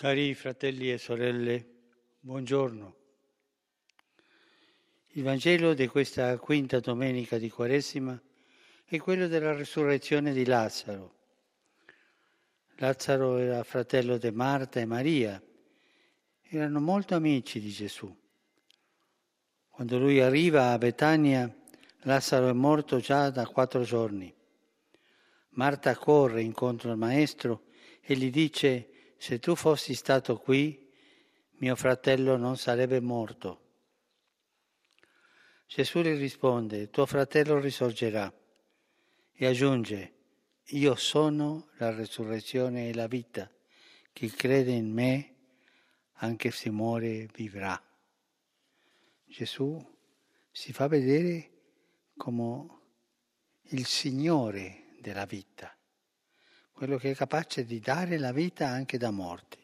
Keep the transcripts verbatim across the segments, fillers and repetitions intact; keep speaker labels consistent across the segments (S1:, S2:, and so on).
S1: Cari fratelli e sorelle, buongiorno. Il Vangelo di questa quinta domenica di Quaresima è quello della risurrezione di Lazzaro. Lazzaro era fratello di Marta e Maria, erano molto amici di Gesù. Quando lui arriva a Betania, Lazzaro è morto già da quattro giorni. Marta corre incontro al maestro e gli dice: se tu fossi stato qui, mio fratello non sarebbe morto. Gesù gli risponde: tuo fratello risorgerà. E aggiunge: io sono la resurrezione e la vita. Chi crede in me, anche se muore, vivrà. Gesù si fa vedere come il Signore della vita, quello che è capace di dare la vita anche da morti.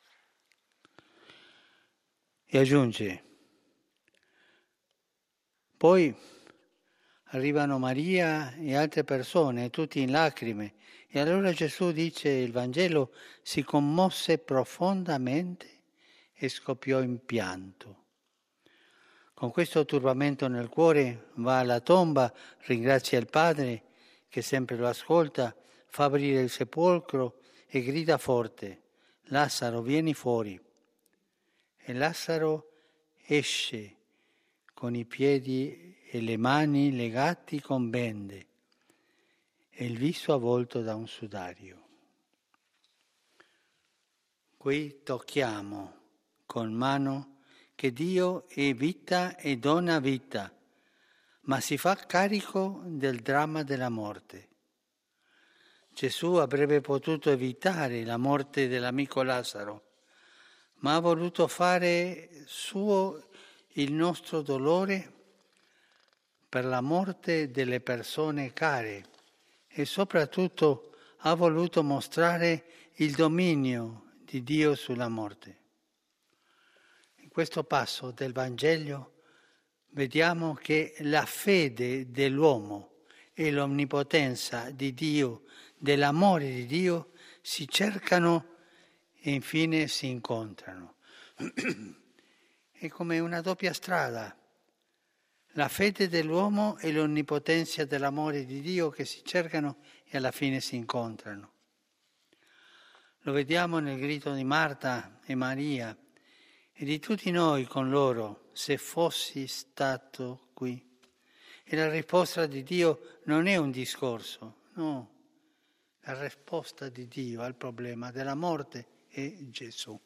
S1: E aggiunge: poi arrivano Maria e altre persone, tutti in lacrime, e allora Gesù dice, il Vangelo, si commosse profondamente e scoppiò in pianto. Con questo turbamento nel cuore va alla tomba, ringrazia il Padre che sempre lo ascolta, fa aprire il sepolcro e grida forte: Lazzaro, vieni fuori. E Lazzaro esce con i piedi e le mani legati con bende e il viso avvolto da un sudario. Qui tocchiamo con mano che Dio è vita e dona vita, ma si fa carico del dramma della morte. Gesù avrebbe potuto evitare la morte dell'amico Lazzaro, ma ha voluto fare suo il nostro dolore per la morte delle persone care e soprattutto ha voluto mostrare il dominio di Dio sulla morte. In questo passo del Vangelo vediamo che la fede dell'uomo e l'onnipotenza di Dio, dell'amore di Dio, si cercano e infine si incontrano. È come una doppia strada. La fede dell'uomo e l'onnipotenza dell'amore di Dio che si cercano e alla fine si incontrano. Lo vediamo nel grido di Marta e Maria e di tutti noi con loro: se fossi stato qui. E la risposta di Dio non è un discorso, no. La risposta di Dio al problema della morte è Gesù.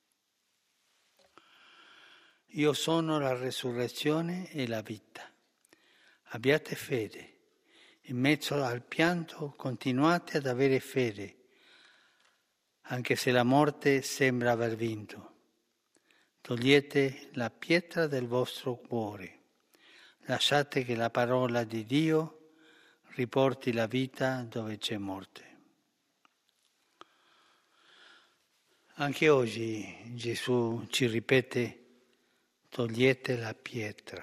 S1: Io sono la resurrezione e la vita. Abbiate fede. In mezzo al pianto continuate ad avere fede, anche se la morte sembra aver vinto. Togliete la pietra del vostro cuore. Lasciate che la parola di Dio riporti la vita dove c'è morte. Anche oggi Gesù ci ripete: togliete la pietra.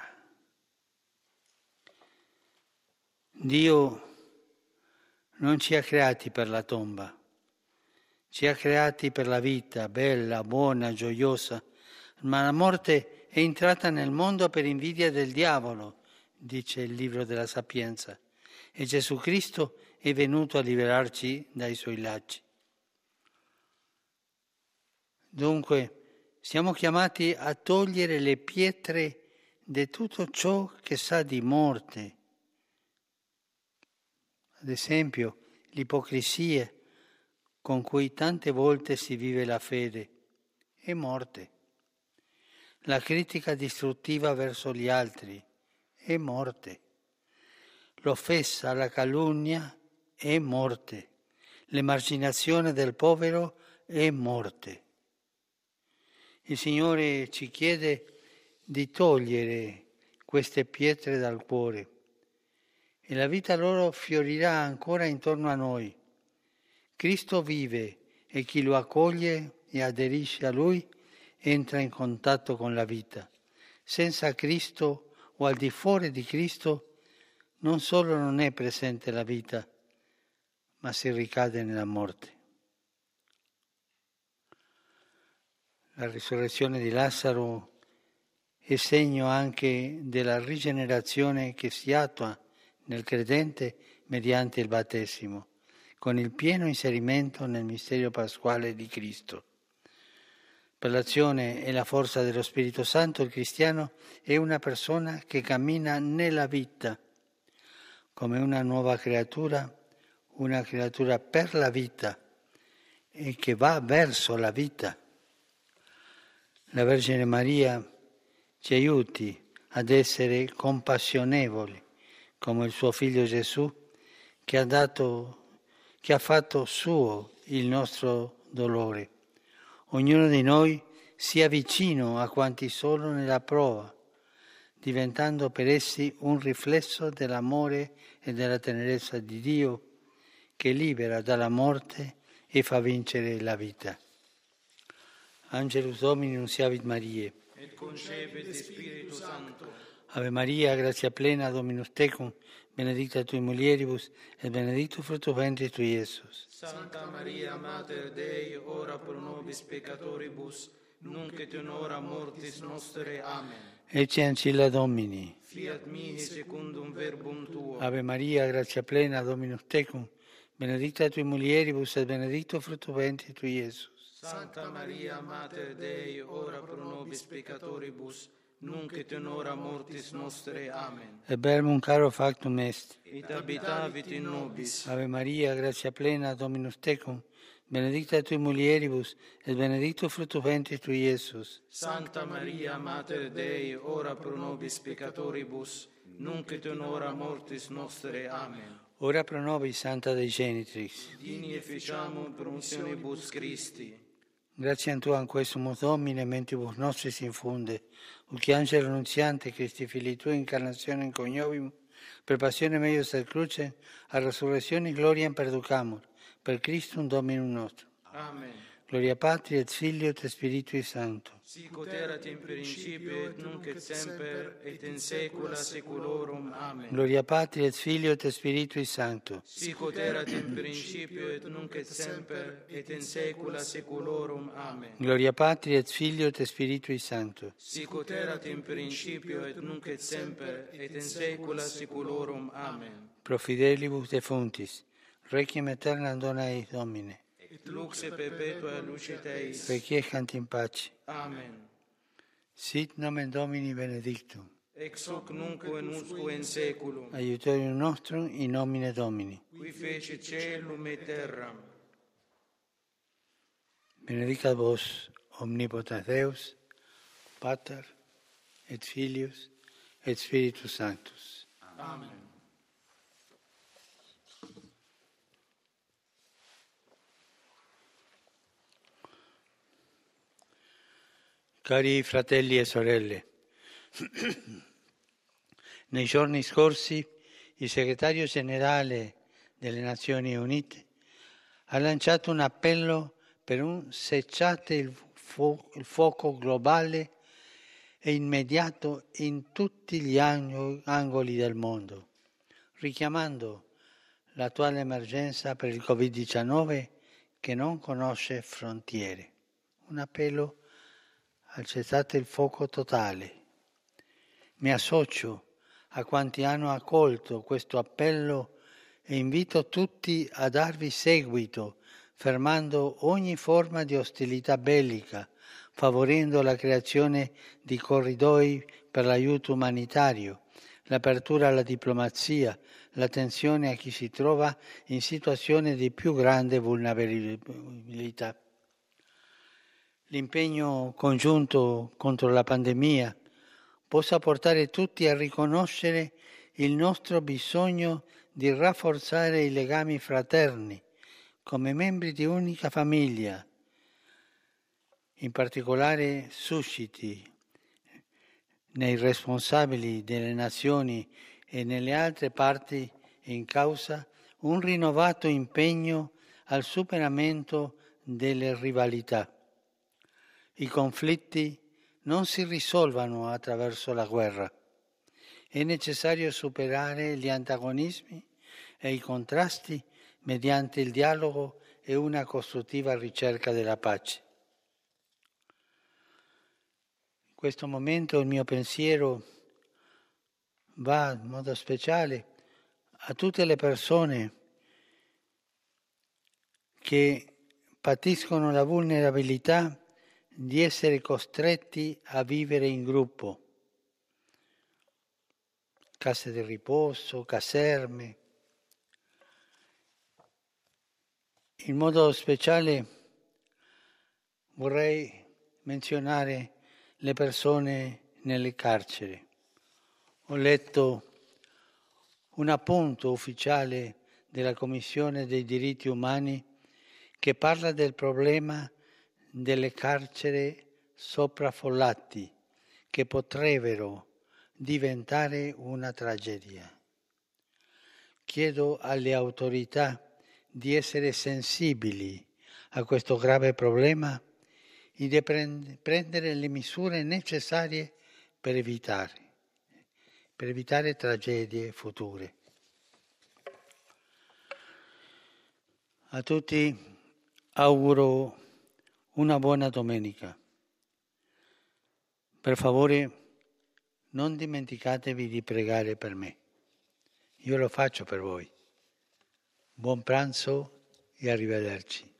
S1: Dio non ci ha creati per la tomba, ci ha creati per la vita bella, buona, gioiosa, ma la morte è entrata nel mondo per invidia del diavolo, dice il libro della Sapienza, e Gesù Cristo è venuto a liberarci dai suoi lacci. Dunque, siamo chiamati a togliere le pietre di tutto ciò che sa di morte. Ad esempio, l'ipocrisia con cui tante volte si vive la fede è morte. La critica distruttiva verso gli altri è morte. L'offesa, la calunnia è morte. L'emarginazione del povero è morte. Il Signore ci chiede di togliere queste pietre dal cuore e la vita loro fiorirà ancora intorno a noi. Cristo vive e chi lo accoglie e aderisce a Lui entra in contatto con la vita. Senza Cristo o al di fuori di Cristo non solo non è presente la vita, ma si ricade nella morte. La risurrezione di Lazzaro è segno anche della rigenerazione che si attua nel credente mediante il battesimo, con il pieno inserimento nel mistero pasquale di Cristo. Per l'azione e la forza dello Spirito Santo il cristiano è una persona che cammina nella vita, come una nuova creatura, una creatura per la vita e che va verso la vita. La Vergine Maria ci aiuti ad essere compassionevoli, come il suo Figlio Gesù, che ha dato, che ha fatto suo il nostro dolore. Ognuno di noi sia vicino a quanti sono nella prova, diventando per essi un riflesso dell'amore e della tenerezza di Dio, che libera dalla morte e fa vincere la vita. Angelus Domini nunciavit Mariae.
S2: Et concepit Spiritu Sancto.
S1: Ave Maria, gratia plena, Dominus tecum, benedicta tui mulieribus, et benedictus fructus ventris tui, Iesus.
S2: Santa Maria, Mater Dei, ora pro nobis peccatoribus, nunc et in hora mortis nostre. Amen.
S1: Ecce ancilla Domini.
S2: Fiat mihi secundum verbum tuo.
S1: Ave Maria, gratia plena, Dominus tecum, benedicta tui mulieribus, et benedictus fructus ventris tui, Iesus.
S2: Santa Maria, Mater Dei, ora pro nobis peccatoribus, nunc et in hora mortis nostre. Amen.
S1: Et verbum caro factum est.
S2: Et habitavit in nobis.
S1: Ave Maria, gratia plena, Dominus tecum, benedicta tui mulieribus, et benedictus fructus ventris tui, Iesus.
S2: Santa Maria, Mater Dei, ora pro nobis peccatoribus, nunc et in hora mortis nostre. Amen.
S1: Ora pro nobis, Santa Dei Genitrix.
S2: Dini efficiamur promissionibus Christi.
S1: Grazie a Tu, an quesumus Domine, mentibus nostris infunde, ut angelo nunziante, Christi Filii Tui, incarnazione coniovim, per passione meius et crucem, a resurrezione gloria perducamur, per Christum Dominum nostrum.
S2: Amen.
S1: Gloria Patri et Filio et Spiritui Sancto.
S2: Sic ut erat in principio et nunc et semper et in saecula saeculorum. Amen.
S1: Gloria Patri et Filio et Spiritui Sancto.
S2: Sic ut erat in principio et nunc et semper et in saecula saeculorum. Amen.
S1: Gloria Patri et Filio et Spiritui Sancto.
S2: Sic ut erat in principio et nunc et semper et in saecula saeculorum. Amen.
S1: Pro fidelibus defunctis, requiem aeternam dona eis Domine.
S2: Et lux et perpetua lucet eis.
S1: Requiescant in pace.
S2: Amen.
S1: Sit nomen Domini benedictum.
S2: Ex hoc nunc et usque in saeculum.
S1: Aiutorium nostrum in nomine Domini.
S2: Qui fecit caelum et terram.
S1: Benedicat vos omnipotens Deus, Pater et Filius et Spiritus Sanctus.
S2: Amen.
S1: Cari fratelli e sorelle, nei giorni scorsi il segretario generale delle Nazioni Unite ha lanciato un appello per un cessate il, fu- il fuoco globale e immediato in tutti gli ang- angoli del mondo, richiamando l'attuale emergenza per il covid diciannove che non conosce frontiere. Un appello al cessate il fuoco totale. Mi associo a quanti hanno accolto questo appello e invito tutti a darvi seguito, fermando ogni forma di ostilità bellica, favorendo la creazione di corridoi per l'aiuto umanitario, l'apertura alla diplomazia, l'attenzione a chi si trova in situazioni di più grande vulnerabilità. L'impegno congiunto contro la pandemia possa portare tutti a riconoscere il nostro bisogno di rafforzare i legami fraterni come membri di unica famiglia. In particolare susciti nei responsabili delle nazioni e nelle altre parti in causa un rinnovato impegno al superamento delle rivalità. I conflitti non si risolvano attraverso la guerra. È necessario superare gli antagonismi e i contrasti mediante il dialogo e una costruttiva ricerca della pace. questo momento il mio pensiero va in modo speciale a tutte le persone che patiscono la vulnerabilità di essere costretti a vivere in gruppo, case di riposo, caserme. In modo speciale vorrei menzionare le persone nelle carceri. Ho letto un appunto ufficiale della Commissione dei diritti umani che parla del problema delle carceri sopraffollati che potrebbero diventare una tragedia. Chiedo alle autorità di essere sensibili a questo grave problema e di prendere le misure necessarie per evitare, per evitare tragedie future. A tutti auguro una buona domenica. Per favore, non dimenticatevi di pregare per me. Io lo faccio per voi. Buon pranzo e arrivederci.